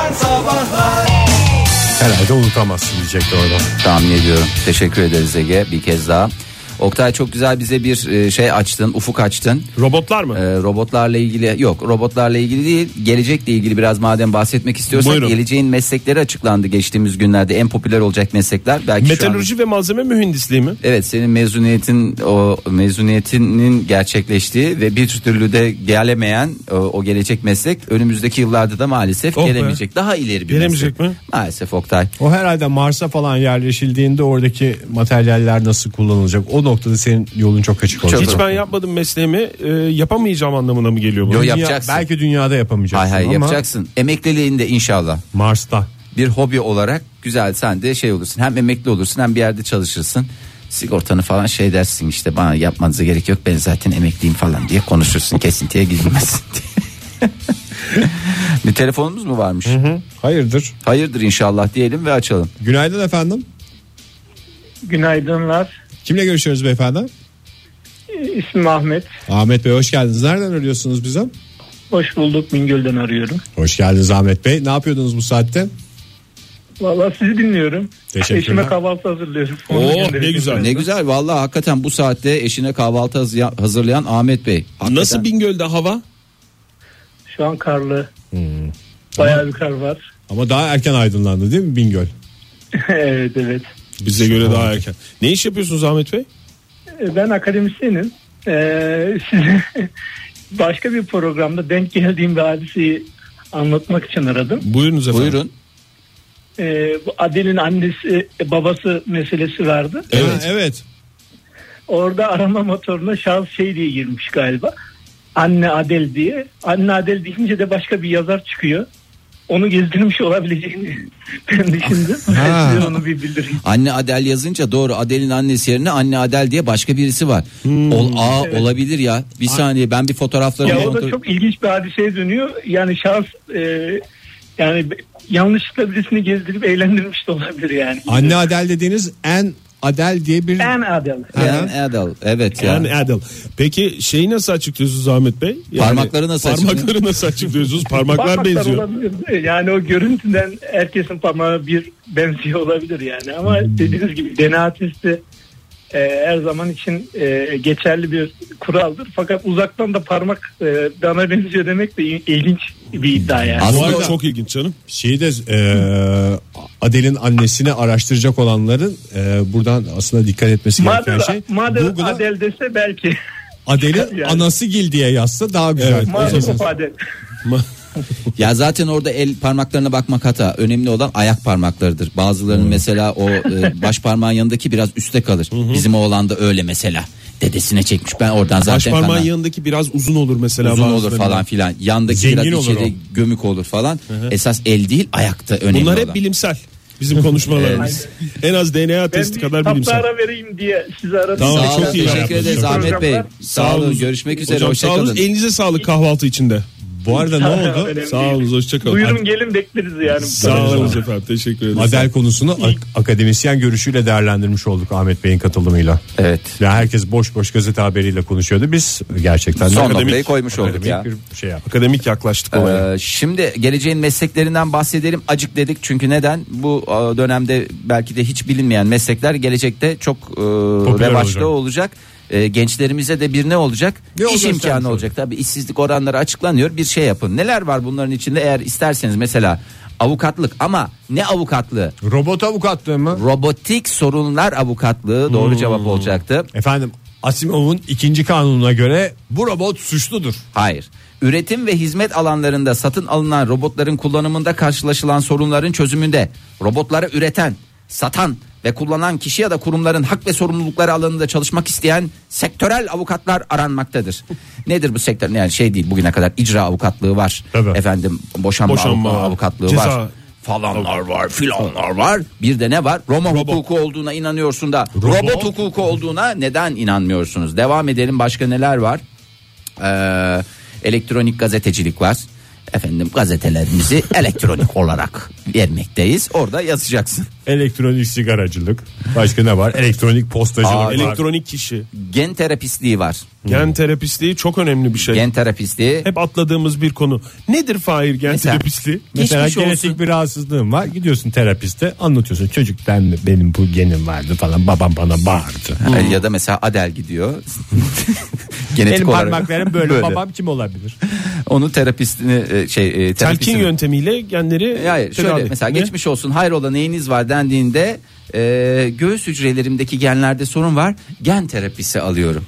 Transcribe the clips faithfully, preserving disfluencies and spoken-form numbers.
Modern Sabahlar. Herhalde unutamazsın diyecekti orada. Tahmin ediyorum. Teşekkür ederiz Ege bir kez daha. Oktay çok güzel bize bir şey açtın, ufuk açtın. Robotlar mı? Ee, robotlarla ilgili yok, robotlarla ilgili değil, gelecekle ilgili biraz madem bahsetmek istiyorsak. Buyurun. Geleceğin meslekleri açıklandı geçtiğimiz günlerde, en popüler olacak meslekler. Belki metalurji an... ve malzeme mühendisliği mi? Evet, senin mezuniyetin o mezuniyetinin gerçekleştiği ve bir türlü de gelemeyen o, o gelecek meslek önümüzdeki yıllarda da maalesef oh gelemeyecek. Be. Daha ileri bir gelemeyecek meslek. mi? Maalesef Oktay. O herhalde Mars'a falan yerleşildiğinde oradaki materyaller nasıl kullanılacak? O noktada senin yolun çok açık olacak. Hiç ben yapmadım mesleğimi, e, yapamayacağım anlamına mı geliyor bu? Yo, Dünya, yapacaksın. Belki dünyada yapamayacaksın. Hay hay ama yapacaksın. Emekliliğinde inşallah. Mars'ta. Bir hobi olarak güzel, sen de şey olursun. Hem emekli olursun hem bir yerde çalışırsın. Sigortanı falan şey dersin, işte bana yapmanıza gerek yok, ben zaten emekliyim falan diye konuşursun. Kesintiye gidilmesin diye. Bir telefonumuz mu varmış? Hı hı. Hayırdır? Hayırdır inşallah diyelim ve açalım. Günaydın efendim. Günaydınlar. Kimle görüşüyoruz beyefendi? İsmim Ahmet. Ahmet Bey hoş geldiniz. Nereden arıyorsunuz bize? Hoş bulduk, Bingöl'den arıyorum. Hoş geldiniz Ahmet Bey. Ne yapıyordunuz bu saatte? Vallahi sizi dinliyorum. Teşekkürler. Eşime kahvaltı hazırlıyorum. Oo, ne güzel. Ne güzel vallahi, hakikaten bu saatte eşine kahvaltı hazırlayan Ahmet Bey. Hakikaten... Nasıl Bingöl'de hava? Şu an karlı. Hmm. Bayağı ama, bir kar var. Ama daha erken aydınlandı değil mi Bingöl? Evet evet. Bize göre daha erken. Ne iş yapıyorsunuz Ahmet Bey? Ben akademisyenim. Ee, size başka bir programda denk geldiğim bir hadiseyi anlatmak için aradım. Buyurunuz efendim. Buyurun. Ee, bu Adel'in annesi babası meselesi vardı. Evet. Ha, evet. Orada arama motoruna şahıs şey diye girmiş galiba. Anne Adel diye. Anne Adel deyince de başka bir yazar çıkıyor. Onu gezdirmiş olabileceğini ben düşündüm. Ben size onu bir bildireyim. Anne Adel yazınca doğru, Adel'in annesi yerine Anne Adel diye başka birisi var. Hmm. Ol, aa, evet. Olabilir ya. Bir saniye, ben bir fotoğraflarını... Ya o da çok ilginç bir hadiseye dönüyor. Yani şahıs e, yani yanlışlıkla birisini gezdirip eğlendirmiş de olabilir yani. Anne Adel dediğiniz en Adel diye bir... En Adel. En Adel. Evet ya. En Adel. Peki şeyi nasıl açıklıyorsunuz Ahmet Bey? Yani parmakları nasıl parmakları açıklıyorsunuz? nasıl açıklıyorsunuz? Parmaklar, Parmaklar benziyor. Olabilir. Yani o görüntüden herkesin parmağı bir benziyor olabilir yani. Ama hmm. dediğiniz gibi D N A testi e, her zaman için e, geçerli bir kuraldır. Fakat uzaktan da parmak e, bana benziyor demek de ilginç bir iddia yani. Aslında çok ilginç canım. Şeyi de e, Adel'in annesini araştıracak olanların e, buradan aslında dikkat etmesi gereken Madem, şey. Madem Adel dese belki. Adel'in yani. Anası Gil diye yazsa daha güzel. Evet, Madem Adel. Ya zaten orada el parmaklarına bakmak hata. Önemli olan ayak parmaklarıdır. Bazılarının hmm. mesela o e, baş parmağın yanındaki biraz üstte kalır. Hmm. Bizim oğlan da öyle mesela. Dedesine çekmiş, ben oradan zaten. Baş parmağın kanal. yanındaki biraz uzun olur mesela. Uzun olur falan filan. Yandaki zengin biraz olur içeri o. gömük olur falan. Hı-hı. Esas el değil, ayakta önemli Bunlar olan. Bunlar hep bilimsel. Bizim konuşmalarımız. En az D N A testi kadar bilimsel. Ben bir ara vereyim diye size aradım. Tamam, sağ çok iyi. Teşekkür ederiz Ahmet Bey. Sağ olun. Görüşmek üzere. Hoşçakalın. Elinize sağlık kahvaltı içinde. Bu arada ne oldu? Sağ olun, hoşçakalın. Buyurun gelin, bekleriz yani. Sağ olun efendim, teşekkür ederiz. Adel konusunu ak- akademisyen görüşüyle değerlendirmiş olduk Ahmet Bey'in katılımıyla. Evet. Yani herkes boş boş gazete haberiyle konuşuyordu. Biz gerçekten son akademik, noktayı koymuş olduk ya. Bir şey yaptık. Akademik yaklaştık ee, olaya. Şimdi geleceğin mesleklerinden bahsedelim. Acık dedik çünkü neden? Bu dönemde belki de hiç bilinmeyen meslekler gelecekte çok e, revaçta olacak. olacak. E, gençlerimize de bir ne olacak? Ne İş imkanı olacak. Tabii işsizlik oranları açıklanıyor. Bir şey yapın. Neler var bunların içinde? Eğer isterseniz mesela avukatlık, ama ne avukatlığı? Robot avukatlığı mı? Robotik sorunlar avukatlığı doğru hmm. cevap olacaktı. Efendim, Asimov'un ikinci kanununa göre bu robot suçludur. Hayır. Üretim ve hizmet alanlarında satın alınan robotların kullanımında karşılaşılan sorunların çözümünde robotları üreten, satan ve kullanan kişi ya da kurumların hak ve sorumlulukları alanında çalışmak isteyen sektörel avukatlar aranmaktadır. Nedir bu sektör? Yani şey değil, bugüne kadar icra avukatlığı var. Tabii. Efendim boşanma, boşanma avukatlığı ceza var. Falanlar var, filanlar var. Bir de ne var? Roma robot. hukuku olduğuna inanıyorsun da robot. robot hukuku olduğuna neden inanmıyorsunuz? Devam edelim, başka neler var? Ee, elektronik gazetecilik var. Efendim gazetelerimizi elektronik olarak vermekteyiz. Orada yazacaksın. Elektronik sigaracılık. Başka ne var? Elektronik postacılık Aa, var. Elektronik kişi. Gen terapistliği var. Gen terapistliği çok önemli bir şey. Gen terapistliği. Hep atladığımız bir konu. Nedir Fahir gen Mesela- terapistliği? Mesela Geçmiş genetik olsun. bir rahatsızlığım var. Gidiyorsun terapiste, anlatıyorsun. Çocuktan benim bu genim vardı falan. Babam bana bağırdı. Ya da mesela Adel gidiyor. Genetik Benim olarak. parmaklarım böyle. Babam kim olabilir? Onun terapistini e, şey e, Telkin terapistini- yöntemiyle genleri Hayır şöyle tedavi. mesela Ne? geçmiş olsun hayrola neyiniz var dendiğinde e, göğüs hücrelerimdeki genlerde sorun var, gen terapisi alıyorum.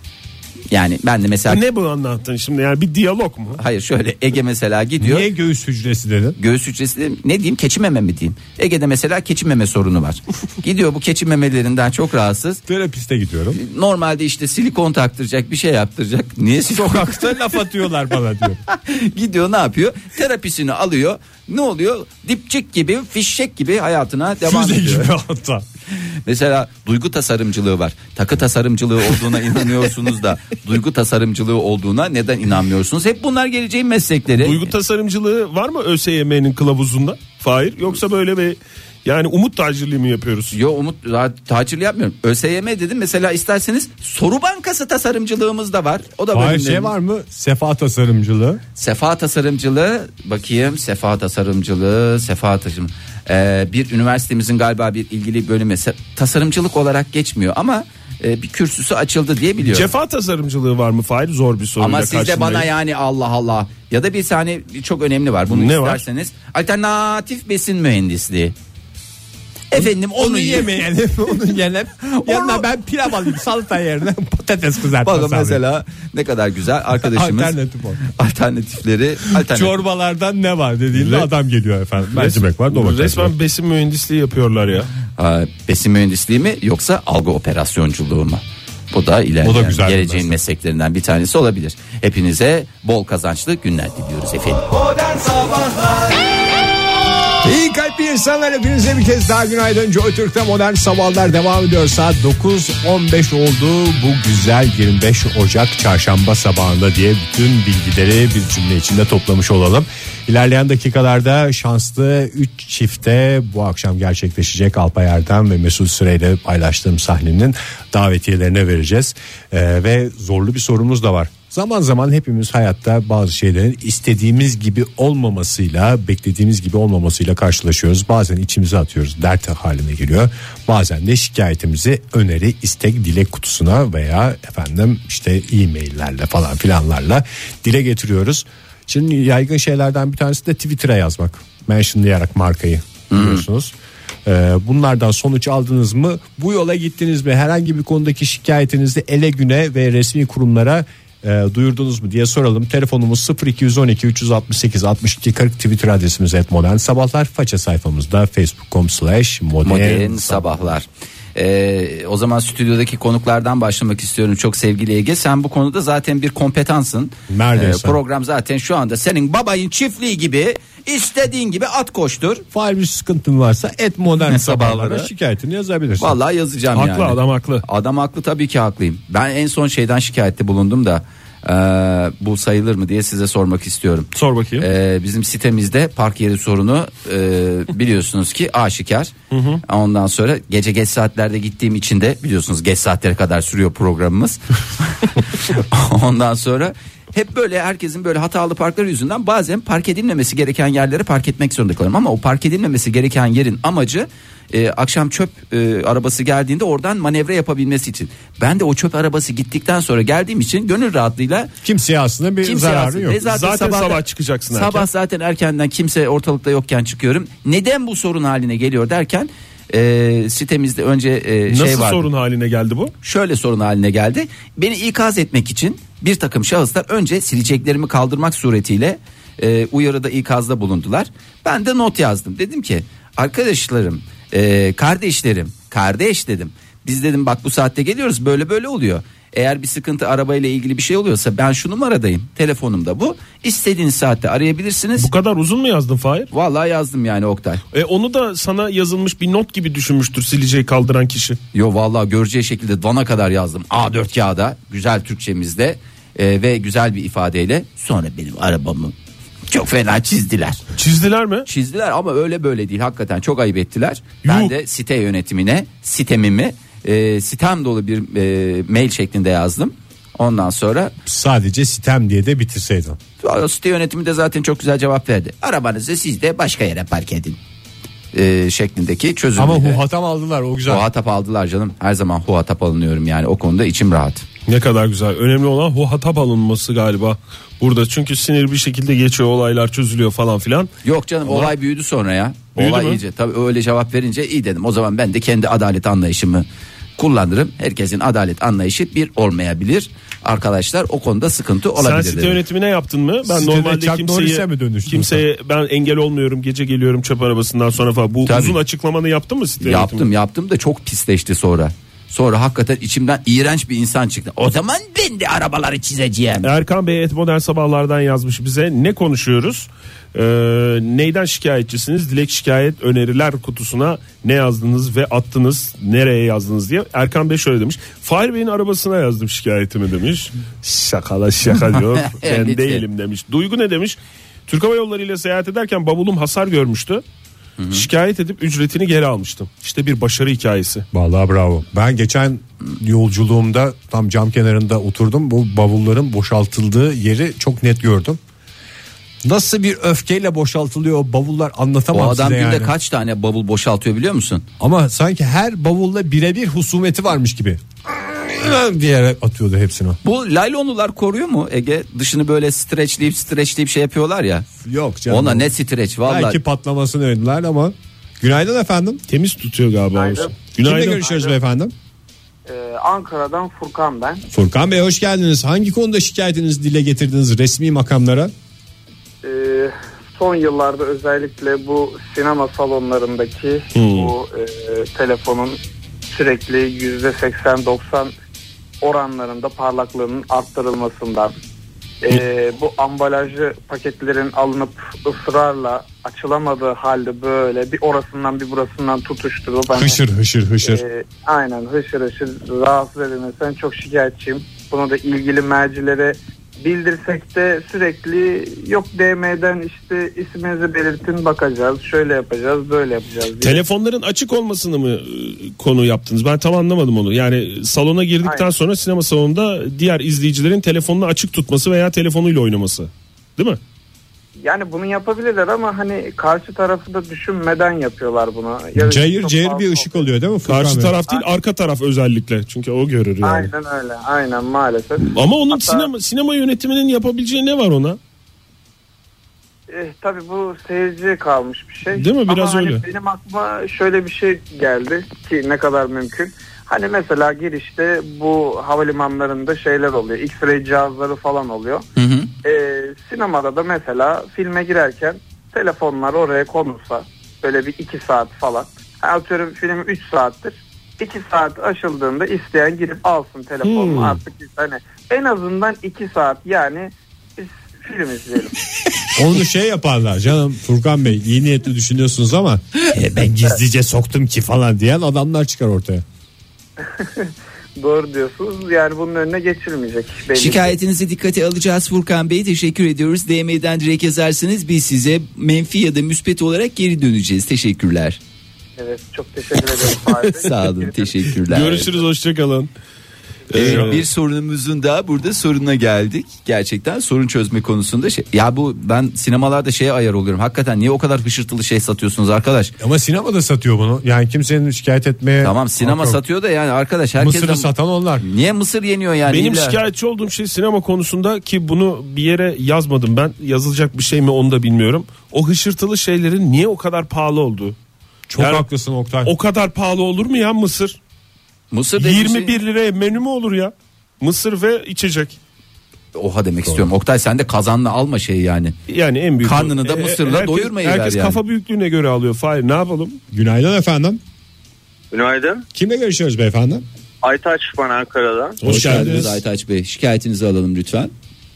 Yani ben de mesela Ne bu anlattın şimdi, yani bir diyalog mu? hayır şöyle Ege mesela gidiyor. Niye göğüs hücresi dedin? Göğüs hücresi de- ne diyeyim, keçi meme mi diyeyim? Ege'de mesela keçi meme sorunu var. Gidiyor bu keçi memelerinden çok rahatsız. Terapiste gidiyorum. Normalde işte silikon taktıracak, bir şey yaptıracak. Niye silikon? Sokakta laf atıyorlar bana diyor. Gidiyor ne yapıyor? Terapisini alıyor. Ne oluyor? Dipçik gibi, fişek gibi hayatına devam Füze ediyor. gibi hatta. Mesela duygu tasarımcılığı var. Takı tasarımcılığı olduğuna inanıyorsunuz da duygu tasarımcılığı olduğuna neden inanmıyorsunuz? Hep bunlar geleceğin meslekleri. Duygu tasarımcılığı var mı ÖSYM'nin kılavuzunda Fahir? Yoksa böyle bir yani umut tacirliği mi yapıyoruz? Yo Umut daha tacirli yapmıyorum. ÖSYM dedim mesela, isterseniz soru bankası tasarımcılığımız da var. O da Hayır bölümlerin- şey var mı? Sefa tasarımcılığı. Sefa tasarımcılığı, bakayım sefa tasarımcılığı, sefa tasarım. Ee, bir üniversitemizin galiba bir ilgili bölümü se- tasarımcılık olarak geçmiyor ama e, bir kürsüsü açıldı diye biliyorum. Cefa tasarımcılığı var mı Fahir? Zor bir soruyla Ama siz de karşındayım. bana yani Allah Allah. Ya da bir tane çok önemli var. Bunu Ne var? isterseniz alternatif besin mühendisliği. Efendim onu, Onu yemeyelim. Onu yiyelim. Yanına Onu- ben pilav alayım. Salata yerine patates kızartması Bakın alayım. mesela ne kadar güzel arkadaşımız. Alternatif o. Alternatifleri alternatif. Çorbalardan ne var dediğinde Re- adam geliyor efendim. Mercimek var, domates var. Resmen besin mühendisliği yapıyorlar ya. Ha, besin mühendisliği mi yoksa algı operasyoncuğu mu? Bu da ilerleyen O da güzel bir geleceğin meslek. mesleklerinden bir tanesi olabilir. Hepinize bol kazançlı günler diliyoruz efendim. İyi kalpli insanlar, hepinize bir kez daha günaydın. Joy Türk'te modern sabahlar devam ediyor. Saat dokuz on beş oldu. Bu güzel yirmi beş Ocak çarşamba sabahında diye bütün bilgileri bir cümle içinde toplamış olalım. İlerleyen dakikalarda şanslı üç çifte bu akşam gerçekleşecek Alpay Erdem ve Mesut Süreyle paylaştığım sahnenin davetiyelerine vereceğiz. Ee, ve zorlu bir sorumuz da var. Zaman zaman hepimiz hayatta bazı şeylerin istediğimiz gibi olmamasıyla, beklediğimiz gibi olmamasıyla karşılaşıyoruz. Bazen içimize atıyoruz, dert haline geliyor. Bazen de şikayetimizi öneri, istek, dilek kutusuna veya efendim işte e-maillerle falan filanlarla dile getiriyoruz. Şimdi yaygın şeylerden bir tanesi de Twitter'a yazmak. Mentionlayarak markayı biliyorsunuz. Ee, bunlardan sonuç aldınız mı? Bu yola gittiniz mi? Herhangi bir konudaki şikayetinizi ele güne ve resmi kurumlara e, duyurdunuz mu diye soralım. Telefonumuz sıfır iki on iki üç altı sekiz altmış iki kırk, Twitter adresimiz et modern sabahlar, faça sayfamızda facebook nokta com slash Modern sabahlar. Ee, o zaman stüdyodaki konuklardan başlamak istiyorum. Çok sevgili Ege, sen bu konuda zaten bir kompetansın. Neredeyse. program zaten şu anda senin babayın çiftliği gibi, istediğin gibi at koştur. Fail bir sıkıntın varsa et modern sabahlara Sabahlara şikayetini yazabilirsin. Vallahi yazacağım Haklı, yani. adam haklı. Adam haklı, tabii ki haklıyım. Ben en son şeyden şikayette bulundum da e, bu sayılır mı diye size sormak istiyorum. Sor bakayım. E, bizim sitemizde park yeri sorunu e, biliyorsunuz ki aşikar. Ondan sonra gece geç saatlerde gittiğim için de biliyorsunuz geç saatlere kadar sürüyor programımız. Ondan sonra hep böyle herkesin böyle hatalı parkları yüzünden bazen park edilmemesi gereken yerlere park etmek zorunda kalıyorum. Ama o park edilmemesi gereken yerin amacı e, akşam çöp e, arabası geldiğinde oradan manevra yapabilmesi için. Ben de o çöp arabası gittikten sonra geldiğim için gönül rahatlığıyla Kimseye aslında bir kimse zararı alsın. yok. Ve Zaten sabah, sabah çıkacaksın erken. Sabah zaten erkenden kimse ortalıkta yokken çıkıyorum. Neden bu sorun haline geliyor derken e, sitemizde önce e, Nasıl şey vardı. sorun haline geldi bu? Şöyle sorun haline geldi. Beni ikaz etmek için bir takım şahıslar önce sileceklerimi kaldırmak suretiyle e, uyarıda ikazda bulundular. Ben de not yazdım. Dedim ki arkadaşlarım, e, kardeşlerim, kardeş dedim. Biz dedim bak bu saatte geliyoruz, böyle böyle oluyor. Eğer bir sıkıntı arabayla ilgili bir şey oluyorsa ben şu numaradayım. Telefonum da bu. İstediğiniz saatte arayabilirsiniz. Bu kadar uzun mu yazdın Fahir? Vallahi yazdım yani Oktay. E onu da sana yazılmış bir not gibi düşünmüştür sileceği kaldıran kişi. Yo vallahi göreceği şekilde Van'a kadar yazdım. A dört kağıda güzel Türkçemizde e, ve güzel bir ifadeyle. Sonra benim arabamı Çok fena çizdiler. Çizdiler mi? Çizdiler ama öyle böyle değil. Hakikaten çok ayıp ettiler. Ben Yuh. de site yönetimine sitemimi e, sitem dolu bir e, mail şeklinde yazdım. Ondan sonra Sadece sitem diye de bitirseydin. o site yönetimi de zaten çok güzel cevap verdi. Arabanızı siz de başka yere park edin. E, şeklindeki çözümü. Ama huhatam aldılar, o güzel. Huhatap aldılar canım. Her zaman huhatap alınıyorum yani, o konuda içim rahat. Ne kadar güzel. Önemli olan huhatap alınması galiba burada. Çünkü sinir bir şekilde geçiyor, olaylar çözülüyor falan filan. Yok canım, Ama- olay büyüdü sonra ya. Büyüdü olay mü? iyice. Tabii öyle cevap verince iyi dedim. O zaman ben de kendi adalet anlayışımı kullanırım. Herkesin adalet anlayışı bir olmayabilir. Arkadaşlar o konuda sıkıntı olabilir. Sen site dedim. yönetimine yaptın mı? Ben Sitede normalde Chuck Norris'e kimseye, mi dönüştün kimseye ben engel olmuyorum, gece geliyorum çöp arabasından sonra falan. Bu Tabii. uzun açıklamanı yaptın mı site Yaptım yönetimine? yaptım da çok pisleşti sonra. Sonra hakikaten içimden iğrenç bir insan çıktı. O zaman ben de arabaları çizeceğim. Erkan Bey et modern sabahlardan yazmış bize. Ne konuşuyoruz? Ee, neyden şikayetçisiniz? Dilek şikayet öneriler kutusuna ne yazdınız ve attınız, nereye yazdınız diye. Erkan Bey şöyle demiş. Fahir Bey'in arabasına yazdım şikayetimi demiş. Şakala şaka diyor. Ben Lütfen. değilim demiş. Duygu ne demiş? Türk Hava Yolları ile seyahat ederken bavulum hasar görmüştü. Hı-hı. Şikayet edip ücretini geri almıştım. İşte bir başarı hikayesi. Vallahi bravo. Ben geçen yolculuğumda tam cam kenarında oturdum. Bu bavulların boşaltıldığı yeri çok net gördüm. Nasıl bir öfkeyle boşaltılıyor o bavullar, anlatamam O adam size günde yani. kaç tane bavul boşaltıyor biliyor musun? Ama sanki her bavulla birebir husumeti varmış gibi diyerek atıyordu hepsini. Bu laylonlular koruyor mu Ege? Dışını böyle streçleyip streçleyip şey yapıyorlar ya. Yok canım. Ona ne streç vallahi. Belki patlamasını önler ama. Günaydın efendim. Temiz tutuyor galiba. Günaydın. Kimle görüşüyoruz beyefendi? Ee, Ankara'dan Furkan ben. Furkan Bey hoş geldiniz. Hangi konuda şikayetinizi dile getirdiniz resmi makamlara? Ee, son yıllarda özellikle bu sinema salonlarındaki Hmm. bu e, telefonun sürekli yüzde seksen doksan oranlarında parlaklığının arttırılmasından, e, bu ambalajlı paketlerin alınıp ısrarla açılamadığı halde böyle bir orasından bir burasından tutuşturup hani, Hışır hışır hışır. e, aynen hışır hışır rahatsız edilmesinden çok şikayetçiyim. Bunu da ilgili mercilere bildirsek de sürekli yok D M'den işte isminizi belirtin, bakacağız, şöyle yapacağız, böyle yapacağız diye. Telefonların açık olmasını mı e, konu yaptınız? Ben tam anlamadım onu. Yani salona girdikten Aynen. sonra sinema salonunda diğer izleyicilerin telefonunu açık tutması veya telefonuyla oynaması. Değil mi? Yani bunu yapabilirler ama hani karşı tarafı da düşünmeden yapıyorlar bunu. Ya Cayır çok cayır fazla bir ışık oluyor değil mi Furkan Karşı Bey? taraf değil, arka taraf özellikle. Çünkü o görür yani. Aynen öyle. Aynen maalesef. Ama onun Hatta- sinema sinema yönetiminin yapabileceği ne var ona? Eh, tabii bu seyirciye kalmış bir şey. Değil mi? Biraz Ama hani öyle. benim aklıma şöyle bir şey geldi ki ne kadar mümkün. Hani mesela girişte bu havalimanlarında şeyler oluyor. X-ray cihazları falan oluyor. Hı hı. Ee, sinemada da mesela filme girerken telefonlar oraya konulsa böyle bir iki saat falan. Atıyorum film üç saattir. iki saat aşıldığında isteyen girip alsın telefonunu Hmm. artık. Hani en azından iki saat yani biz film izleyelim. Onu şey yaparlar canım Furkan Bey, iyi niyetli düşünüyorsunuz ama "E, ben gizlice soktum ki" falan diyen adamlar çıkar ortaya. Doğru diyorsunuz. Yani bunun önüne geçilmeyecek. belli ki. Şikayetinizi dikkate alacağız Furkan Bey. Teşekkür ediyoruz. D M'den direkt yazarsınız. Biz size menfi ya da müspet olarak geri döneceğiz. Teşekkürler. Evet, çok teşekkür ederim. Fahri Bey. Sağ olun. Teşekkürler. Görüşürüz, hoşçakalın. Evet, Ee, bir sorunumuzun da burada soruna geldik. Gerçekten sorun çözme konusunda şey. Ya bu ben sinemalarda şeye ayar oluyorum. Hakikaten niye o kadar hışırtılı şey satıyorsunuz arkadaş? Ama sinemada satıyor bunu. Yani kimsenin şikayet etmeye... Tamam sinema Yok. satıyor da yani arkadaş herkes Mısırı satan onlar. niye mısır yeniyor yani? Benim İlla- şikayetçi olduğum şey sinema konusunda, ki bunu bir yere yazmadım ben. Yazılacak bir şey mi onu da bilmiyorum. O hışırtılı şeylerin niye o kadar pahalı olduğu. Çok Yani haklısın Oktay. O kadar pahalı olur mu ya mısır? Mısır dediğim yirmi bir şey- liraya menü mü olur ya? Mısır ve içecek. Oha demek istiyorum. Oktay sen de kazanla alma şeyi yani. Yani en büyük. Karnını da mısırla herkes, doyurmayıver Herkes yani. kafa büyüklüğüne göre alıyor. Fahir ne yapalım? Günaydın efendim. Günaydın. Kimle görüşüyoruz beyefendi? Aytaç ben Ankara'dan. Hoş, Hoş geldiniz. geldiniz. Aytaç Bey şikayetinizi alalım lütfen.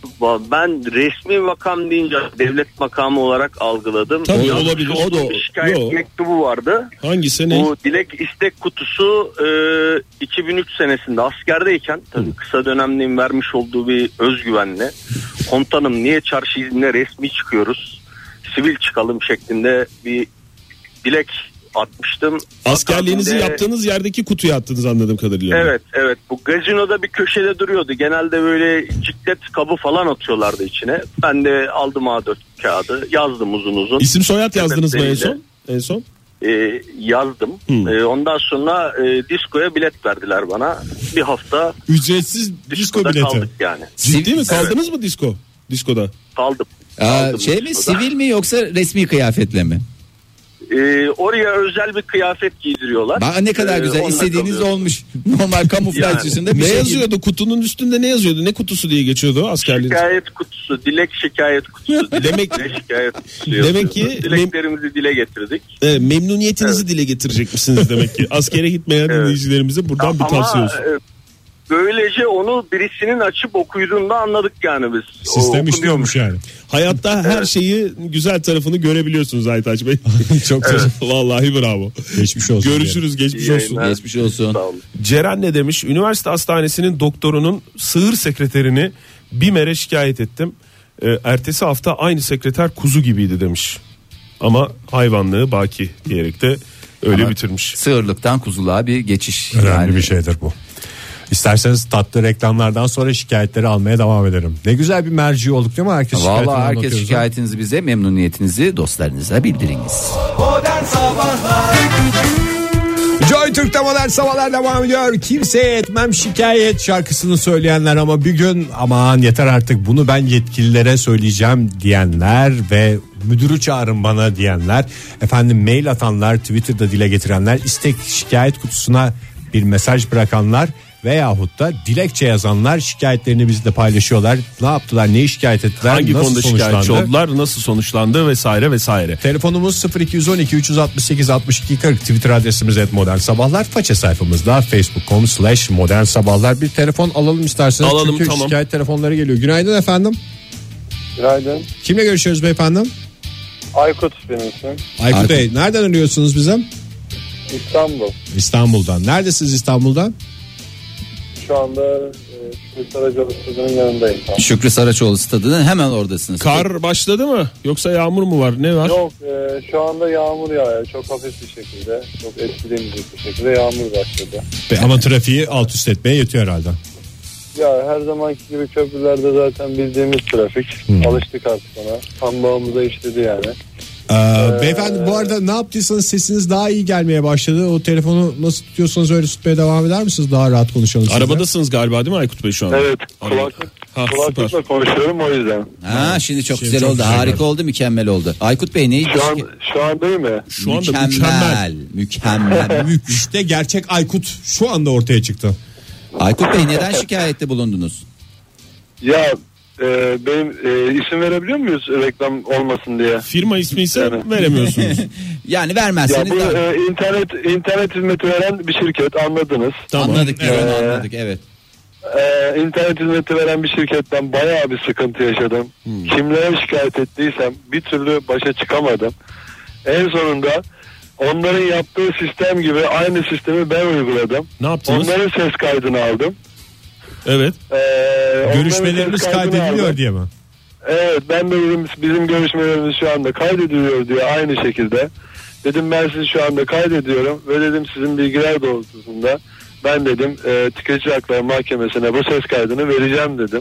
Ben resmi makam deyince devlet makamı olarak algıladım. Tabii o, olabilir. O da bir şikayet Yo. mektubu vardı. Hangisi ne? Bu dilek istek kutusu e, iki bin üç senesinde askerdeyken tabii Hı. kısa dönemliğin vermiş olduğu bir özgüvenle komutanım niye çarşı iznine resmi çıkıyoruz, sivil çıkalım şeklinde bir dilek atmıştım. Askerliğinizi Akabinde... yaptığınız yerdeki kutuya attınız anladığım kadarıyla. Evet evet, bu gazinoda bir köşede duruyordu. Genelde böyle ciklet kabı falan atıyorlardı içine. Ben de aldım A dört kağıdı, yazdım uzun uzun. İsim soyad yazdınız mı en son? En son? E, yazdım. Hmm. E, ondan sonra e, diskoya bilet verdiler bana. Bir hafta ücretsiz disko bileti. Kaldık yani. Ciddi mi? Kaldınız evet. mı disko? Diskoda. Kaldım. Aa, Kaldım şey mi, diskoda. Sivil mi yoksa resmi kıyafetle mi? Ee, oraya özel bir kıyafet giydiriyorlar. Bak ne kadar güzel, ee, istediğiniz olmuş. Normal kamuflaj yani, dışında bir ne şey yazıyordu gibi. Kutunun üstünde, ne yazıyordu? Ne kutusu diye geçiyordu askerliğiniz? Şikayet kutusu, dilek şikayet kutusu. Demek şikayet kutusu demek ki dileklerimizi mem- dile getirdik. Evet, memnuniyetinizi evet. dile getirecek misiniz demek ki? Askere gitmeyen evet. dinleyicilerimize buradan ya, bir tavsiye olsun. E, böylece onu birisinin açıp okuyduğunda anladık yani biz. Sistem işliyormuş yani. Hayatta evet. her şeyi güzel tarafını görebiliyorsunuz Aytaç Bey. Çok evet. Vallahi bravo. Geçmiş olsun. Görüşürüz, diye. geçmiş olsun. Yayınlar. Geçmiş olsun. Ceren ne demiş? Üniversite hastanesinin doktorunun sığır sekreterini BİMER'e şikayet ettim. Ee, ertesi hafta aynı sekreter kuzu gibiydi demiş. Ama hayvanlığı baki diyerek de öyle ama bitirmiş. Sığırlıktan kuzuluğa bir geçiş. Önemli yani. bir şeydir bu. İsterseniz tatlı reklamlardan sonra şikayetleri almaya devam edelim. Ne güzel bir merci olduk değil mi? Herkes Vallahi herkes şikayetinizi bize, memnuniyetinizi dostlarınıza bildiriniz. Modern Sabahlar. Joy Türk'te Modern Sabahlar devam ediyor. Kimseye etmem şikayet şarkısını söyleyenler ama bir gün aman yeter artık bunu ben yetkililere söyleyeceğim diyenler ve müdürü çağırın bana diyenler, efendim mail atanlar, Twitter'da dile getirenler, istek şikayet kutusuna bir mesaj bırakanlar veyahut da dilekçe yazanlar şikayetlerini bizle paylaşıyorlar. Ne yaptılar, neyi şikayet ettiler, hangi nasıl konuda şikayetçi oldular, nasıl sonuçlandı vesaire vesaire. Telefonumuz sıfır iki on iki üç altı sekiz altmış iki kırk, Twitter adresimiz et modern sabahlar, faça sayfamızda facebook nokta com slash modern sabahlar. Bir telefon alalım isterseniz. Alalım, çünkü tamam. Şikayet telefonları geliyor. Günaydın efendim. Günaydın. Kimle görüşüyoruz beyefendi? Aykut benim ismim. Aykut, Aykut Bey, nereden arıyorsunuz bizim? İstanbul. İstanbul'dan. Neredesiniz İstanbul'dan? Şu anda e, Şükrü Saracoğlu stadının yanındayım. Şükrü Saracoğlu stadının hemen oradasınız. Kar başladı mı? Yoksa yağmur mu var? Ne var? Yok, e, şu anda yağmur yağıyor. Çok hafif bir şekilde. Çok etkilemeyecek bir şekilde yağmur başladı. Be, ama trafiği alt üst etmeye yetiyor herhalde. Ya her zamanki gibi köprülerde zaten bildiğimiz trafik. Hmm. Alıştık artık ona. Tam bağımıza işledi yani. Ee, ee, beyefendi bu arada ne yaptıysanız sesiniz daha iyi gelmeye başladı. O telefonu nasıl tutuyorsanız öyle tutmaya devam eder misiniz? Daha rahat konuşalım. Arabadasınız galiba değil mi Aykut Bey şu an? Evet. Kulaklık, ha, kulaklıkla konuşuyorum o yüzden. Ha, şimdi çok şimdi güzel çok oldu. güzel Harika oldu. Mükemmel oldu. Aykut Bey neyi? Şu an, şu an değil mi? Şu anda mükemmel. Mükemmel. mükemmel. İşte gerçek Aykut şu anda ortaya çıktı. Aykut Bey neden şikayette bulundunuz? Ya e, benim e, isim verebiliyor muyuz reklam olmasın diye? Firma ismi ise yani veremiyorsunuz. Yani vermezseniz. Ya bu e, internet internet hizmeti veren bir şirket, anladınız. Tamam. Anladık biz onu ee, anladık evet. E, internet hizmeti veren bir şirketten bayağı bir sıkıntı yaşadım. Hmm. Kimlere şikayet ettiysem bir türlü başa çıkamadım. En sonunda onların yaptığı sistem gibi aynı sistemi ben uyguladım. Ne yaptınız? Onların ses kaydını aldım. Evet. Ee, Görüşmelerimiz kaydediliyor aldım. diye mi? Evet, ben de dedim bizim görüşmelerimiz şu anda kaydediliyor diye aynı şekilde. Dedim ben sizi şu anda kaydediyorum ve dedim sizin bilgiler doğrultusunda ben dedim e, Tüketici Hakları Mahkemesi'ne bu ses kaydını vereceğim dedim.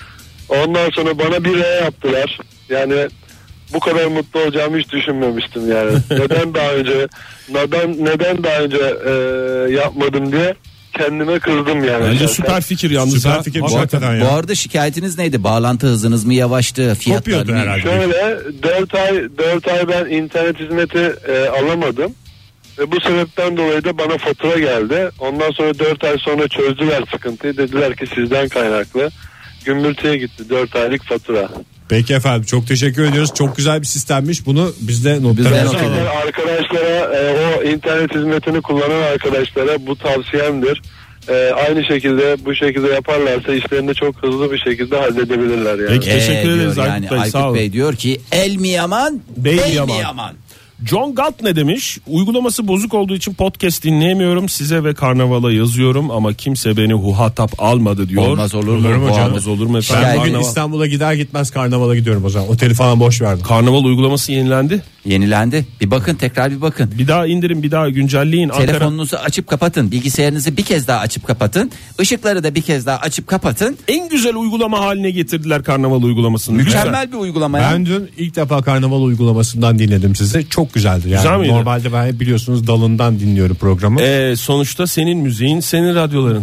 Ondan sonra bana bir re yaptılar. Yani bu kadar mutlu olacağımı hiç düşünmemiştim yani. Neden daha önce neden neden daha önce e, yapmadım diye kendime kızdım yani. Bence zaten. Süper fikir yalnız. Süper fikir bu, ya. Bu arada şikayetiniz neydi? Bağlantı hızınız mı yavaştı? Fiyatlar mı? Herhalde. Şöyle dört ay dört ay ben internet hizmeti e, alamadım. Ve bu sebepten dolayı da bana fatura geldi. Ondan sonra dört ay sonra çözdüler sıkıntıyı. Dediler ki sizden kaynaklı. Gümbürtüye gitti dört aylık fatura. Peki efendim, çok teşekkür ediyoruz. Çok güzel bir sistemmiş. Bunu biz de notlarımıza arkadaşlara e, o internet hizmetini kullanan arkadaşlara bu tavsiyemdir. Ee, aynı şekilde bu şekilde yaparlarsa işlerini çok hızlı bir şekilde halledebilirler yani. Peki, teşekkür Ee, ederiz diyor Aykut yani, Bey, Aykut sağ olun. Bey diyor ki el mi yaman, Bey mi bey mi yaman? yaman? John Galt ne demiş? Uygulaması bozuk olduğu için podcast dinleyemiyorum. Size ve Karnaval'a yazıyorum ama kimse beni huhatap almadı diyor. Olmaz olur mu? Olur mu canım? Olmaz olur mu efendim? Ben bugün Karnaval, İstanbul'a gider gitmez Karnaval'a gidiyorum o zaman. Oteli falan boş verdim. Karnaval uygulaması yenilendi. Yenilendi. Bir bakın, tekrar bir bakın. Bir daha indirin, bir daha güncelleyin. Ankara... Telefonunuzu açıp kapatın. Bilgisayarınızı bir kez daha açıp kapatın. Işıkları da bir kez daha açıp kapatın. En güzel uygulama haline getirdiler Karnaval uygulamasını. Mükemmel Güzel. bir uygulama ya. Ben dün ilk defa Karnaval uygulamasından dinledim sizi. Çok güzeldi. Yani Güzel miydi? normalde ben hep biliyorsunuz dalından dinliyorum programı. Ee, sonuçta senin müziğin, senin radyoların.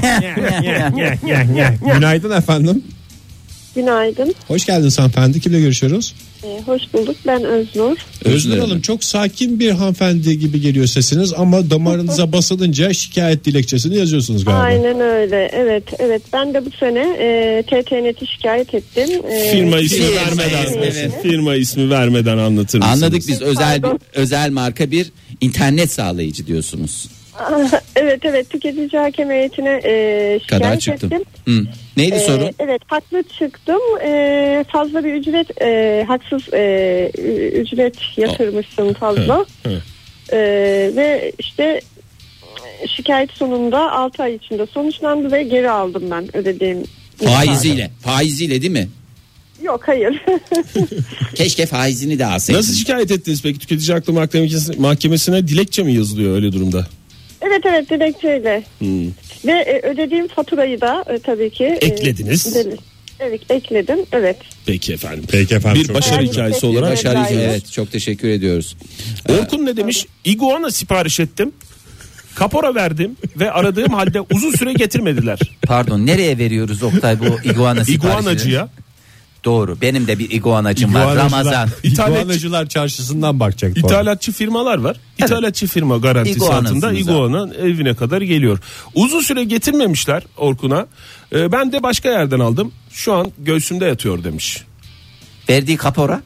Günaydın efendim. Günaydın. Hoş geldiniz hanımefendi. Kimle görüşüyoruz? Ee, hoş bulduk. Ben Öznur. Öznur Hanım, çok sakin bir hanımefendi gibi geliyor sesiniz ama damarınıza basılınca şikayet dilekçesini yazıyorsunuz galiba. Aynen öyle. Evet, evet. Ben de bu sene e, T T Net'i şikayet ettim. E, Firma ismi Firma vermeden, ismi, evet. firma ismi vermeden anlatır mısınız? Anladık biz, özel bir, Pardon. özel marka bir internet sağlayıcı diyorsunuz. evet, evet. Tüketici hakem heyetine e, Kadar şikayet çıktım. ettim. Hı. Neydi E, sorun? Evet, haklı çıktım. E, fazla bir ücret, e, haksız e, ü- ücret yatırmışsın fazla. E, ve işte şikayet sonunda altı ay içinde sonuçlandı ve geri aldım ben ödediğim. Faiziyle. Faiziyle değil mi? Yok, hayır. Keşke faizini de alsaydın. Nasıl şikayet ettiniz peki? Tüketici Hakları Mahkemesi'ne, mahkemesine dilekçe mi yazılıyor öyle durumda? Evet, evet, dilekçeyle. Hmm. Ve e, ödediğim faturayı da e, tabii ki e, Eklediniz. deli- evet, ekledim. Evet. Peki efendim. Peki efendim. Bir çok- başarı Yani hikayesi teşekkür olarak. ederim. Başarı, Hayır. evet, çok teşekkür ediyoruz. Orkun ne demiş? Iguana sipariş ettim. Kapora verdim ve aradığım halde uzun süre getirmediler. Pardon, nereye veriyoruz Oktay bu iguana siparişini? İguanacıya. Doğru, benim de bir iguanacım var, İguanacılar- Ramazan. İthalatçı- İguanacılar çarşısından bakacak. bu arada. İthalatçı firmalar var. İthalatçı firma garantisi İguanasınız altında abi. iguana evine kadar geliyor. Uzun süre getirmemişler Orkun'a. Ee, ben de başka yerden aldım. Şu an göğsümde yatıyor demiş. Verdiği kapora.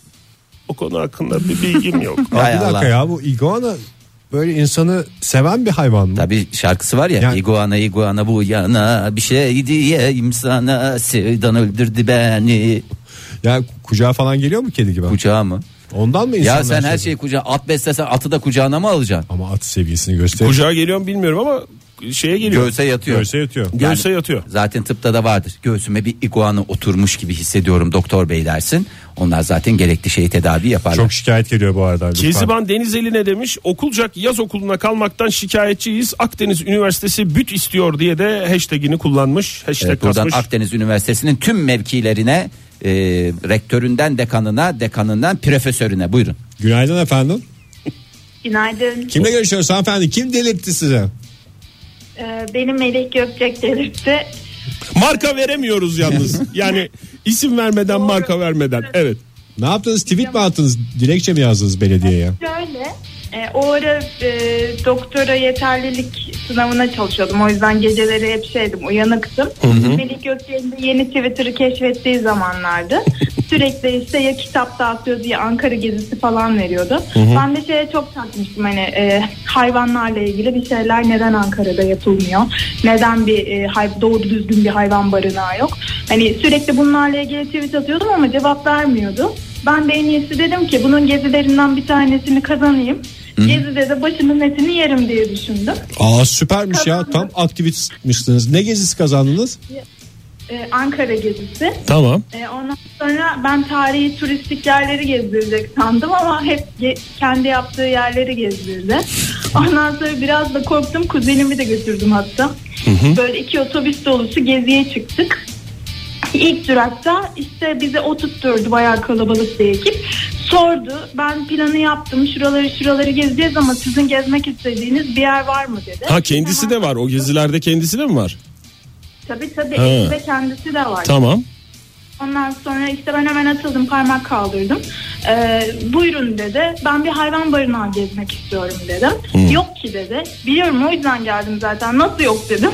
O konu hakkında bir bilgim yok. Abi Hay bir dakika Allah. ya, bu iguana böyle insanı seven bir hayvan mı? Tabii şarkısı var ya, Yani- iguana iguana bu yana bir şey diyeyim sana, sevdan öldürdü beni. Ya kucağa falan geliyor mu kedi gibi? Kucağı mı? Ondan mı insanlar Ya sen her seviyor? şeyi kucağa, at beslesen atı da kucağına mı alacaksın? Ama at seviyesini gösteriyor. Kucağa geliyor mu bilmiyorum ama şeye geliyor. Göğse yatıyor. Göğse yatıyor. Yani Göğse yatıyor. Zaten tıpta da vardır. Göğsüme bir iguana oturmuş gibi hissediyorum doktor bey dersin. Onlar zaten gerekli şeyi tedavi yaparlar. Çok şikayet geliyor bu arada. lütfen. Keziban Denizeli ne demiş? Okulcak yaz okuluna kalmaktan şikayetçiyiz. Akdeniz Üniversitesi büt istiyor diye de hashtagini kullanmış. Hashtag Evet, buradan kasmış. Akdeniz Üniversitesi'nin tüm mevkilerine, e, rektöründen dekanına, dekanından profesörüne buyurun. Günaydın efendim. Günaydın. Kimle görüşüyoruz hanımefendi? Kim delirtti size? Ee, benim Melih Gökçek delirtti. Marka veremiyoruz yalnız. Yani isim vermeden, marka vermeden. Evet. Ne yaptınız? Tweet mi attınız? Dilekçe mi yazdınız belediyeye? Şöyle, e, o ara e, doktora yeterlilik sınavına çalışıyordum. O yüzden geceleri hep şeydim, uyanıktım. Melih Gökçek'in de yeni Twitter'ı keşfettiği zamanlardı. Sürekli işte ya kitap dağıtıyordu ya Ankara gezisi falan veriyordu. Ben de şeye çok takmıştım, hani e, hayvanlarla ilgili bir şeyler neden Ankara'da yapılmıyor? Neden bir e, hay- doğru düzgün bir hayvan barınağı yok? Hani sürekli bunlarla ilgili tweet atıyordum ama cevap vermiyordu. Ben de en iyisi dedim ki bunun gezilerinden bir tanesini kazanayım. Gezide de başımın etini yerim diye düşündüm. Aa süpermiş ya. Kazandım. Tam aktivistmişsiniz. Ne gezisi kazandınız? Ee, Ankara gezisi. Tamam. Ee, ondan sonra ben tarihi turistik yerleri gezdirecek sandım ama hep ge- kendi yaptığı yerleri gezdirdi. Ondan sonra biraz da korktum. Kuzenimi de götürdüm hatta. Böyle iki otobüs dolusu geziye çıktık. İlk durakta işte bize o tutturdu, bayağı kalabalık bir ekip. Sordu, ben planı yaptım, şuraları şuraları gezeceğiz ama sizin gezmek istediğiniz bir yer var mı dedi. Ha kendisi de var. O gezilerde kendisi de mi var? Tabii tabii, Ha. eşi ve kendisi de var. Tamam. Ondan sonra işte ben hemen atıldım, parmak kaldırdım. Ee, buyurun dedi, ben bir hayvan barınağı gezmek istiyorum dedim. Yok ki dedi. Biliyorum, o yüzden geldim zaten. Nasıl yok dedim.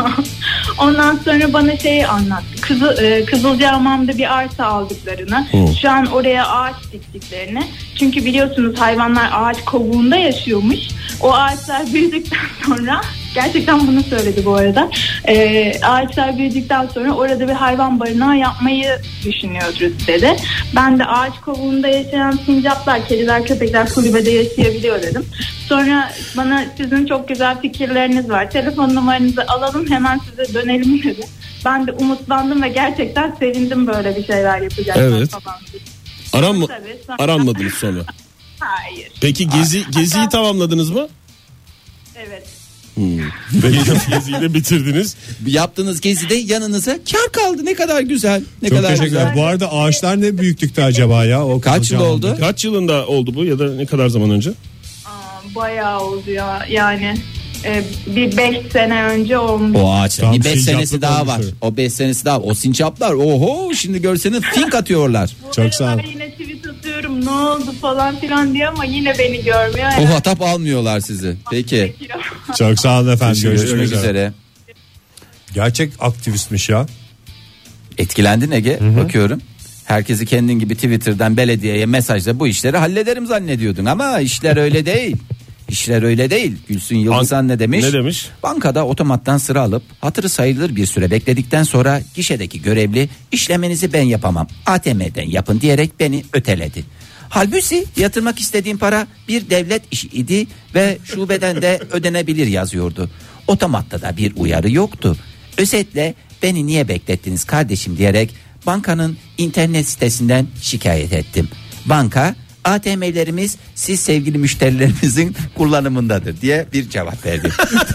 Ondan sonra bana şeyi anlattı. Kızı, e, Kızılcahamam'da bir arsa aldıklarını, şu an oraya ağaç diktiklerini. Çünkü biliyorsunuz hayvanlar ağaç kovuğunda yaşıyormuş. O ağaçlar büyüdükten sonra Gerçekten bunu söyledi bu arada. Ee, ağaçlar büyüdükten sonra orada bir hayvan barınağı yapmayı düşünüyoruz dedi. Ben de ağaç kovuğunda yaşayan sincaplar, kediler, köpekler kulübede yaşayabiliyor dedim. Sonra bana sizin çok güzel fikirleriniz var. Telefon numaranızı alalım, hemen size dönelim dedi. Ben de umutlandım ve gerçekten sevindim böyle bir şeyler yapacaklar evet. falan. Aram mı? Tabii, sonra... Aranmadınız sonra. Hayır. Peki gezi geziyi tamamladınız mı? Evet. Hmm. Geziyi de bitirdiniz. Yaptığınız gezide yanınıza kar kaldı. Ne kadar güzel. Ne Çok kadar teşekkürler. güzel. Bu arada ağaçlar ne büyüklükte acaba ya? O Kaç yıl oldu? Kaç yılında oldu bu ya da ne kadar zaman önce? Aa, bayağı oldu ya. Yani e, bir beş sene önce olmuş. O ağaç. Tam Bir beş sincaplık senesi daha olmuş var. öyle. O beş senesi daha. O sincaplar. Oho, şimdi görseniz fink atıyorlar. Çok sağ ol. Ben yine tweet atıyorum ne oldu falan filan diye ama yine beni görmüyor. O hatap almıyorlar sizi. Peki. Çok sağ olun efendim. Görüşmek Görüşmek üzere. üzere. Gerçek aktivistmiş ya. Etkilendin Ege. Hı-hı. Bakıyorum. Herkesi kendin gibi Twitter'dan belediyeye mesajla bu işleri hallederim zannediyordun ama işler öyle değil. İşler öyle değil. Gülsün Yıldızhan ne demiş? Ne demiş? Bankada otomattan sıra alıp hatırı sayılır bir süre bekledikten sonra gişedeki görevli işlemenizi ben yapamam, A T M'den yapın diyerek beni öteledi. Halbuki yatırmak istediğim para bir devlet işi idi ve şubeden de ödenebilir yazıyordu. Otomatta da bir uyarı yoktu. Özetle beni niye beklettiniz kardeşim diyerek bankanın internet sitesinden şikayet ettim. Banka A T M'lerimiz siz sevgili müşterilerimizin kullanımındadır diye bir cevap verdi.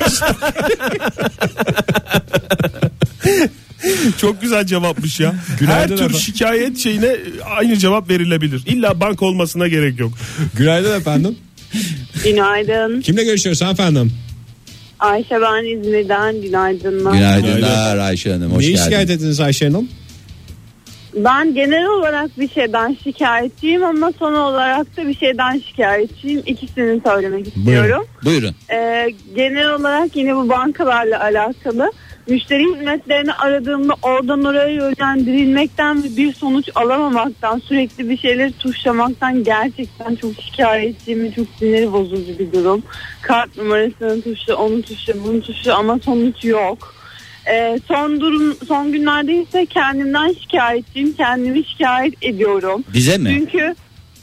Çok güzel cevapmış ya. Günaydın Her tür efendim. şikayet şeyine aynı cevap verilebilir. İlla bank olmasına gerek yok. Günaydın efendim. Günaydın. Kimle görüşüyoruz efendim? Ayşe ben İzmir'den. Günaydınlar. Günaydınlar Ayşe Hanım, hoş Neyi geldiniz. şikayet ettiniz Ayşe Hanım? Ben genel olarak bir şeyden şikayetçiyim ama son olarak da bir şeyden şikayetçiyim. İkisini söylemek istiyorum. Buyurun. Ee, genel olarak yine bu bankalarla alakalı. Müşteri hizmetlerini aradığımda oradan oraya yönlendirilmekten ve bir sonuç alamamaktan, sürekli bir şeyleri tuşlamaktan gerçekten çok şikayetçiyim ve çok siniri bozucu bir durum. Kart numarasını tuşla, onu tuşla, bunu tuşla ama sonuç yok. Ee, son durum, son günlerde ise kendimden şikayetçiyim, kendimi şikayet ediyorum. Bize mi? Çünkü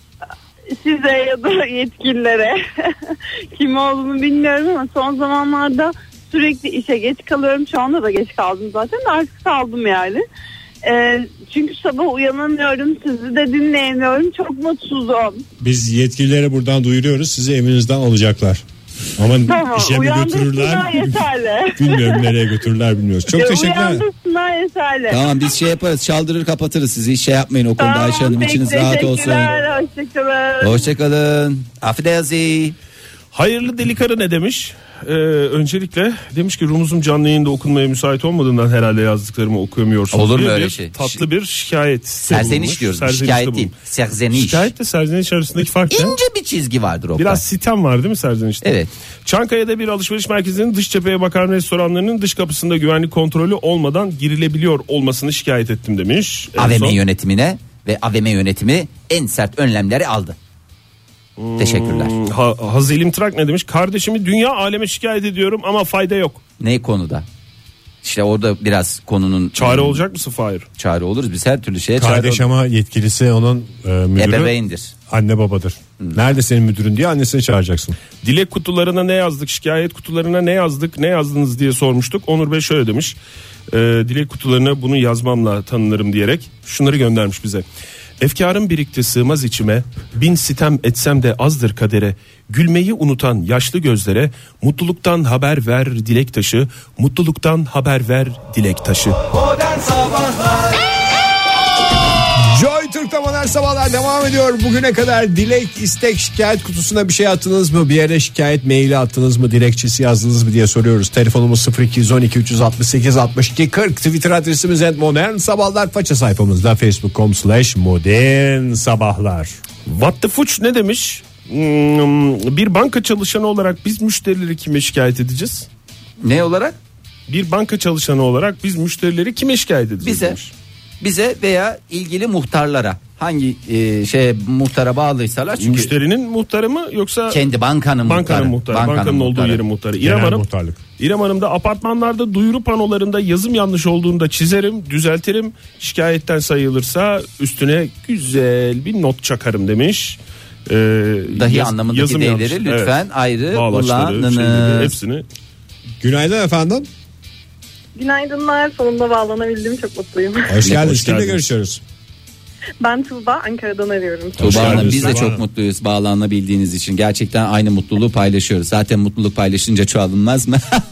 size ya da yetkililere kim olduğunu bilmiyorum ama son zamanlarda sürekli işe geç kalıyorum. Şu anda da geç kaldım zaten de artık kaldım yani. Ee, çünkü sabah uyanamıyorum, sizi de dinleyemiyorum, çok mutsuzum. Biz yetkililere buradan duyuruyoruz, sizi evinizden alacaklar. Ama Tamam, işe mi götürürler? uyandırsınlar yeterli. Bilmiyorum nereye götürürler bilmiyoruz. Çok Ee, teşekkürler. Uyandırsınlar yeterli. Tamam, biz şey yaparız, çaldırır kapatırız sizi, hiç şey yapmayın o konuda. Tamam, Ayşe Hanım, peki, içiniz rahat olsun. teşekkürler, hoşçakalın. Hoşçakalın. Afiyet. Hayırlı delikarı ne demiş? Ee, öncelikle demiş ki Rumuzum canlı yayında okunmaya müsait olmadığından herhalde yazdıklarımı okuyamıyorsunuz. Olur mu diye öyle bir şey? Tatlı bir şikayet. Serzeniş diyoruz. Şikayet değil. Serzeniş. Şikayet de serzeniş arasındaki fark ne? İnce bir çizgi vardır o. Biraz sitem var değil mi serzenişte? Evet. Çankaya'da bir alışveriş merkezinin dış cepheye bakan restoranlarının dış kapısında güvenlik kontrolü olmadan girilebiliyor olmasını şikayet ettim demiş. En A V M son- yönetimine ve A V M yönetimi en sert önlemleri aldı. Teşekkürler. Ha, Hazelim Trak ne demiş? Kardeşimi dünya aleme şikayet ediyorum ama fayda yok. Ne konuda? İşte orada biraz konunun Çare olacak mısın Fahir? Çare oluruz. Biz her türlü şeye çare Kardeş oluruz. ama yetkilisi onun e, müdürü. Ebeveyndir. Anne babadır. Nerede senin müdürün diye annesini çağıracaksın. Dilek kutularına ne yazdık, şikayet kutularına ne yazdık, ne yazdınız diye sormuştuk. Onur Bey şöyle demiş. E, dilek kutularına bunu yazmamla tanınırım diyerek şunları göndermiş bize. Efkarım birikti sığmaz içime, bin sitem etsem de azdır kadere. Gülmeyi unutan yaşlı gözlere, mutluluktan haber ver dilek taşı, mutluluktan haber ver dilek taşı. Joy Türk'te modern sabahlar devam ediyor. Bugüne kadar dilek, istek, şikayet kutusuna bir şey attınız mı? Bir yere şikayet maili attınız mı? Dilekçesi yazdınız mı diye soruyoruz. Telefonumuz sıfır iki on iki üç altı sekiz altmış iki kırk. Twitter adresimiz et modern sabahlar. Faça sayfamızda facebook nokta com slash modern sabahlar. What the fuck ne demiş? Hmm, bir banka çalışanı olarak biz müşterileri kime şikayet edeceğiz? Ne olarak? Bir banka çalışanı olarak biz müşterileri kime şikayet edeceğiz? Bize. demiş. Bize veya ilgili muhtarlara. Hangi e, şey muhtara bağlıysalar çünkü Müşterinin muhtarı mı yoksa kendi bankanın, bankanın muhtarı. muhtarı, bankanın, olduğu muhtarı. yerin muhtarı. Genel İrem Hanım muhtarlık. İrem Hanım da apartmanlarda duyuru panolarında yazım yanlış olduğunda çizerim, düzeltirim. Şikayetten sayılırsa üstüne güzel bir not çakarım demiş. Ee, Dahi yaz, anlamındaki değerleri lütfen evet. ayrı kullanınız. Şeyleri, hepsini. Günaydın efendim. Günaydınlar. Sonunda bağlanabildim. Çok mutluyum. Hoş geldiniz. Kimle görüşüyoruz? Ben Tuğba. Ankara'dan arıyorum. Tuğba Hanım, biz de çok mutluyuz bağlanabildiğiniz için. Gerçekten aynı mutluluğu paylaşıyoruz. Zaten mutluluk paylaşınca çoğalınmaz mı?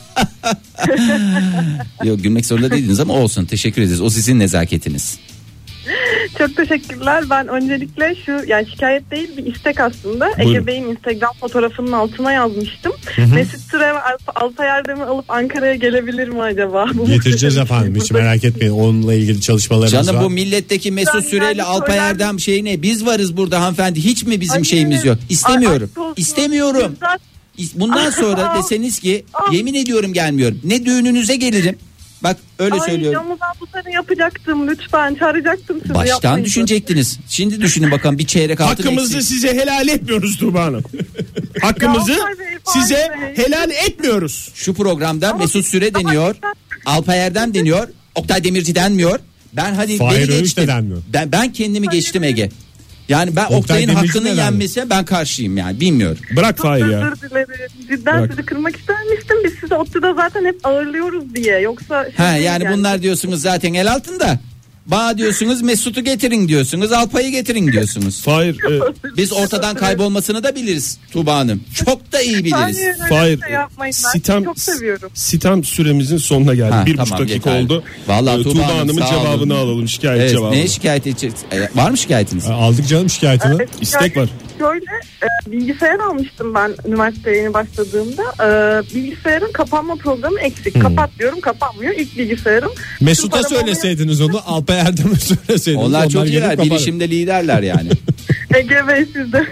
Yok, gülmek zorunda değildiniz ama olsun. Teşekkür ederiz. O sizin nezaketiniz. Çok teşekkürler. Ben öncelikle şu, yani şikayet değil bir istek aslında. Buyurun. Ege Bey'in Instagram fotoğrafının altına yazmıştım. Hı hı. Mesut Süre ve Alpay Erdem'i alıp Ankara'ya gelebilir mi acaba? Bu getireceğiz efendim, hiç merak etmeyin. Onunla ilgili çalışmalarımız Canım, var. Canım bu milletteki Mesut Süre ile Alpay Erdem şey ne? Biz varız burada hanımefendi. Hiç mi bizim Ay, şeyimiz yok? İstemiyorum. Ay, İstemiyorum. Bundan sonra deseniz ki yemin ediyorum gelmiyorum. Ne düğününüze gelirim. Bak öyle Ay, söylüyorum. Ama ben bu sene yapacaktım, lütfen çağıracaktım sizi. Baştan yapmayın. Düşünecektiniz. Şimdi düşünün bakalım, bir çeyrek altın hakkımızı eksik. Size helal etmiyoruz Tuğba Hanım. Hakkımızı ya, Bey, size Bey. helal etmiyoruz. Şu programda ama Mesut Süre deniyor, Alpay Erdem deniyor, Oktay Demirci denmiyor. Ben hadi Fahir beni geçtim. Ben, ben kendimi Hayır. geçtim Ege. Yani ben Oktay Oktay'ın hakkının yenmesine ben karşıyım yani, bilmiyorum. Bırak Fahir ya. Özür dilerim. Cidden Bırak. Sizi kırmak istemiştim. Biz sizi Otta'da zaten hep ağırlıyoruz diye. Yoksa şey ha, yani, yani bunlar diyorsunuz zaten el altında. Bana diyorsunuz Mesut'u getirin diyorsunuz, Alpay'ı getirin diyorsunuz. Fahir, e, biz ortadan kaybolmasını da biliriz Tuğba Hanım. Çok da iyi biliriz. Fahir, şey sitem, çok seviyorum. Sitem süremizin sonuna geldi. Ha, bir tamam, buçuk dakika yeterli. Oldu. Vallahi ee, Tuğba, Tuğba Hanım'ın cevabını olun. alalım. Şikayet evet, cevabını. Neye şikayet edeceğiz? Var mı şikayetiniz? Aldık canım şikayetini. Evet, İstek var. Şöyle e, bilgisayar almıştım ben üniversiteye yeni başladığımda. E, bilgisayarın kapanma programı eksik. Hmm. Kapat diyorum, kapanmıyor. İlk bilgisayarım. Mesut'a söyleseydiniz onu, Alpay Erdem'e söyleseydiniz. Onlar, onlar çok iyiler. Bilişimde liderler yani. Ege Bey sizde.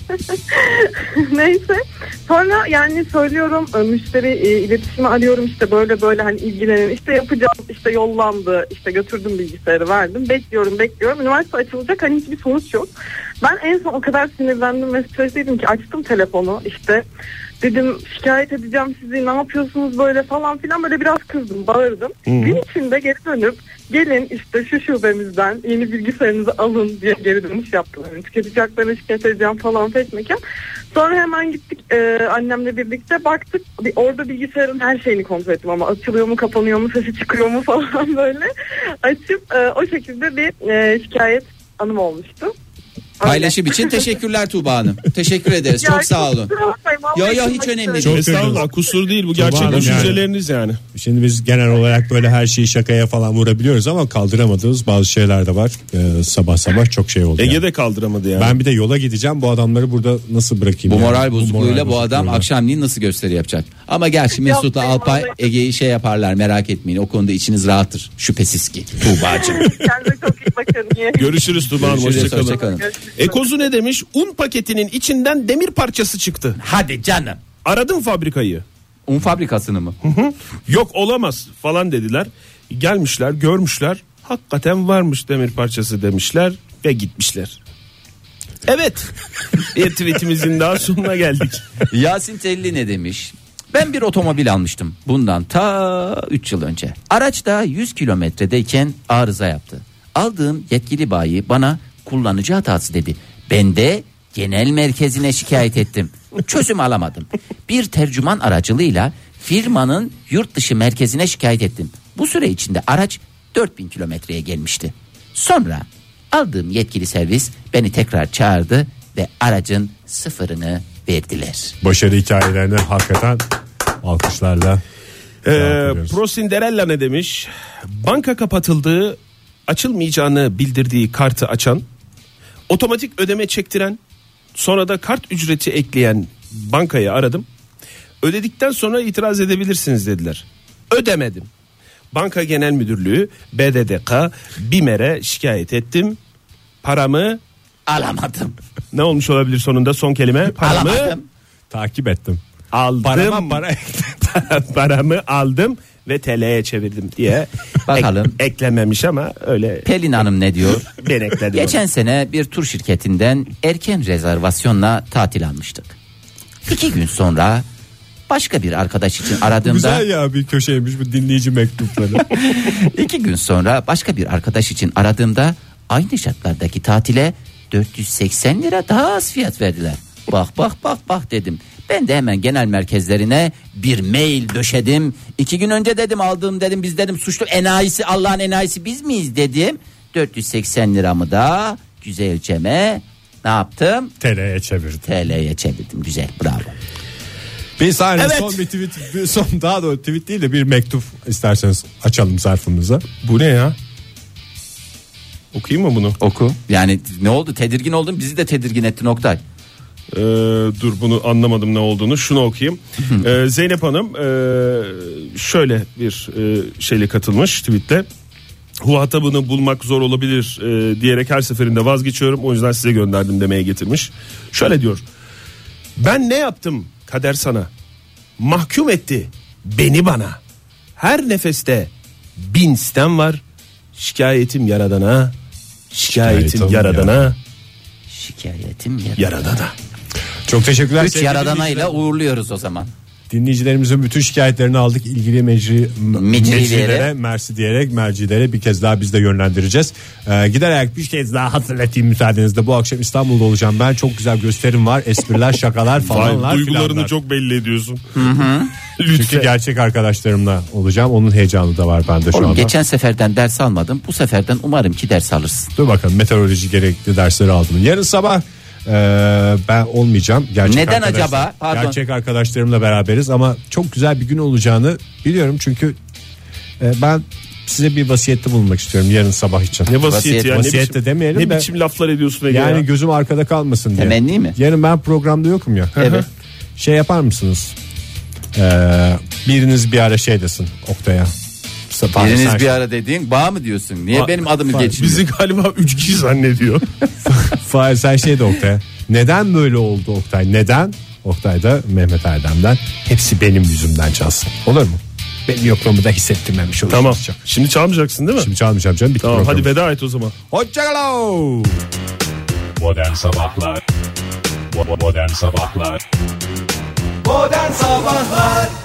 Neyse. Sonra yani söylüyorum, müşteri e, iletişimi arıyorum, işte böyle böyle hani ilgilenin, işte yapacağım, işte yollandı, işte götürdüm bilgisayarı, verdim, bekliyorum bekliyorum, üniversite açılacak, hani hiçbir sonuç yok. Ben en son o kadar sinirlendim ve stresliydim ki açtım telefonu, işte dedim şikayet edeceğim sizi, ne yapıyorsunuz böyle falan filan, böyle biraz kızdım, bağırdım. Hmm. Gün içinde geri dönüp gelin işte şu şubemizden yeni bilgisayarınızı alın diye geri dönüş yaptılar. Yani tüketici haklarına şikayet edeceğim falan fetmeken. Sonra hemen gittik e, annemle birlikte baktık. Bir, orada bilgisayarın her şeyini kontrol ettim ama açılıyor mu, kapanıyor mu, sesi çıkıyor mu falan böyle. Açıp e, o şekilde bir e, şikayet anım olmuştu. Paylaşım için teşekkürler Tuğba Hanım. Teşekkür ederiz. Ya, çok sağ olun. Yo yo hiç önemli değil. Estağfurullah, kusur değil, bu gerçek düşünceleriniz yani. yani. Şimdi biz genel olarak böyle her şeyi şakaya falan vurabiliyoruz ama kaldıramadığımız bazı şeyler de var. Ee, sabah sabah çok şey oldu. Ege yani. de kaldıramadı yani. Ben bir de yola gideceğim, bu adamları burada nasıl bırakayım? Bu yani? moral bozukluğuyla bu, moral adam bozukluğuyla. akşamleyin nasıl gösteri yapacak? Ama gerçi Mesut'la Alpay Ege'yi şey yaparlar, merak etmeyin. O konuda içiniz rahattır. Şüphesiz ki Tuğba'cığım. Kendine çok iyi bakın. Görüşürüz Tuğba Hanım. Hoşçakalın. Ekozu ne demiş? Un paketinin içinden demir parçası çıktı. Hadi canım. Aradım fabrikayı. Un fabrikasını mı? Hı hı. Yok olamaz falan dediler. Gelmişler, görmüşler. Hakikaten varmış demir parçası demişler ve gitmişler. Evet. Bir tweetimizin daha sonuna geldik. Yasin Telli ne demiş? Ben bir otomobil almıştım bundan ta üç yıl önce. Araçta yüz kilometredeyken arıza yaptı. Aldığım yetkili bayi bana kullanıcı hatası dedi. Ben de genel merkezine şikayet ettim. Çözüm alamadım. Bir tercüman aracılığıyla firmanın yurt dışı merkezine şikayet ettim. Bu süre içinde araç dört bin kilometreye gelmişti. Sonra aldığım yetkili servis beni tekrar çağırdı ve aracın sıfırını verdiler. Başarı hikayelerine hakikaten alkışlarla. Ee, Prosinderella ne demiş? Banka kapatıldığı, açılmayacağını bildirdiği kartı açan, otomatik ödeme çektiren, sonra da kart ücreti ekleyen bankayı aradım. Ödedikten sonra itiraz edebilirsiniz dediler. Ödemedim. Banka Genel Müdürlüğü, B D D K, BİMER'e şikayet ettim. Paramı alamadım. Ne olmuş olabilir sonunda son kelime? Paramı alamadım. Takip ettim. Aldım. Parama para paramı aldım ve T L'ye çevirdim diye. Bakalım. Ek, eklememiş ama öyle. Pelin Hanım ne diyor? Ben ekledim. Geçen onu. Sene bir tur şirketinden erken rezervasyonla tatil almıştık. İki gün sonra başka bir arkadaş için aradığımda Güzel ya, bir köşeymiş bu dinleyici mektupları. iki gün sonra başka bir arkadaş için aradığımda aynı şartlardaki tatile dört yüz seksen lira daha az fiyat verdiler. Bak bak bak bak dedim. Ben de hemen genel merkezlerine bir mail döşedim. İki gün önce dedim aldığım dedim biz dedim suçlu enayisi Allah'ın enayisi biz miyiz dedim. dört yüz seksen liramı da güzelceme ne yaptım? T L'ye çevirdim. T L'ye çevirdim, güzel, bravo. Bir saniye, Evet. son bir tweet, bir son daha doğru tweet değil de bir mektup isterseniz açalım zarfımıza. Bu ne ya? Okuyayım mı bunu? Oku. Yani ne oldu, tedirgin oldun, bizi de tedirgin ettin Oktay. Ee, dur bunu anlamadım ne olduğunu, şunu okuyayım. ee, Zeynep Hanım e, şöyle bir e, şeyle katılmış tweetle. Muhatabını bulmak zor olabilir e, diyerek her seferinde vazgeçiyorum, o yüzden size gönderdim demeye getirmiş. Şöyle diyor: ben ne yaptım kader sana, mahkum etti beni bana, her nefeste bin sitem var, şikayetim yaradana, şikayetim, Şikayetim yaradana, ya. Şikayetim yaradana. yaradana. Çok teşekkürler. Üç sevgili yaradana ile dinleyiciler. uğurluyoruz o zaman. Dinleyicilerimizin bütün şikayetlerini aldık. İlgili mecri, Mecrilere. mecrilere mersi diyerek mercilere bir kez daha biz de yönlendireceğiz. Ee, giderek bir kez daha hatırlatayım müsaadenizle. Bu akşam İstanbul'da olacağım ben. Çok güzel gösterim var. Espriler, şakalar falanlar. Vay, duygularını filanlar. çok belli ediyorsun. Çünkü gerçek arkadaşlarımla olacağım. Onun heyecanı da var bende şu Oğlum, anda. geçen seferden ders almadım. Bu seferden umarım ki ders alırsın. Dur bakalım, meteoroloji gerekli dersleri aldım. Yarın sabah e, ben olmayacağım. Gerçek Neden arkadaşlar- acaba? Pardon. Gerçek arkadaşlarımla beraberiz ama çok güzel bir gün olacağını biliyorum. Çünkü e, ben size bir vasiyette bulunmak istiyorum yarın sabah için. Ne vasiyeti Vasiyet- ya? vasiyet ne de biçim, demeyelim ne de. biçim laflar ediyorsun Ege Yani ya? gözüm arkada kalmasın diye. Temenni mi? Yarın ben programda yokum ya. Evet. Şey yapar mısınız? Ee, biriniz bir ara şey desin Oktay'a. Fahir, Biriniz sen- bir ara dediğin bağ mı diyorsun? Niye Ba- benim adımı Fahir, geçmiyor? Bizi galiba üç kişi zannediyor. Fahir, sen şey de Oktay'a. Neden böyle oldu Oktay? Neden? Oktay da Mehmet Erdem'den. Hepsi benim yüzümden çalsın. Olur mu? Benim yokluğumu da hissettirmemiş olursunuz. Tamam. Çok. Şimdi çalmayacaksın değil mi? Şimdi çalmayacağım canım. Bitti Tamam, program. hadi veda et o zaman. Hoşçakalın. Modern Sabahlar Bo- Modern Sabahlar Modern Sabahlar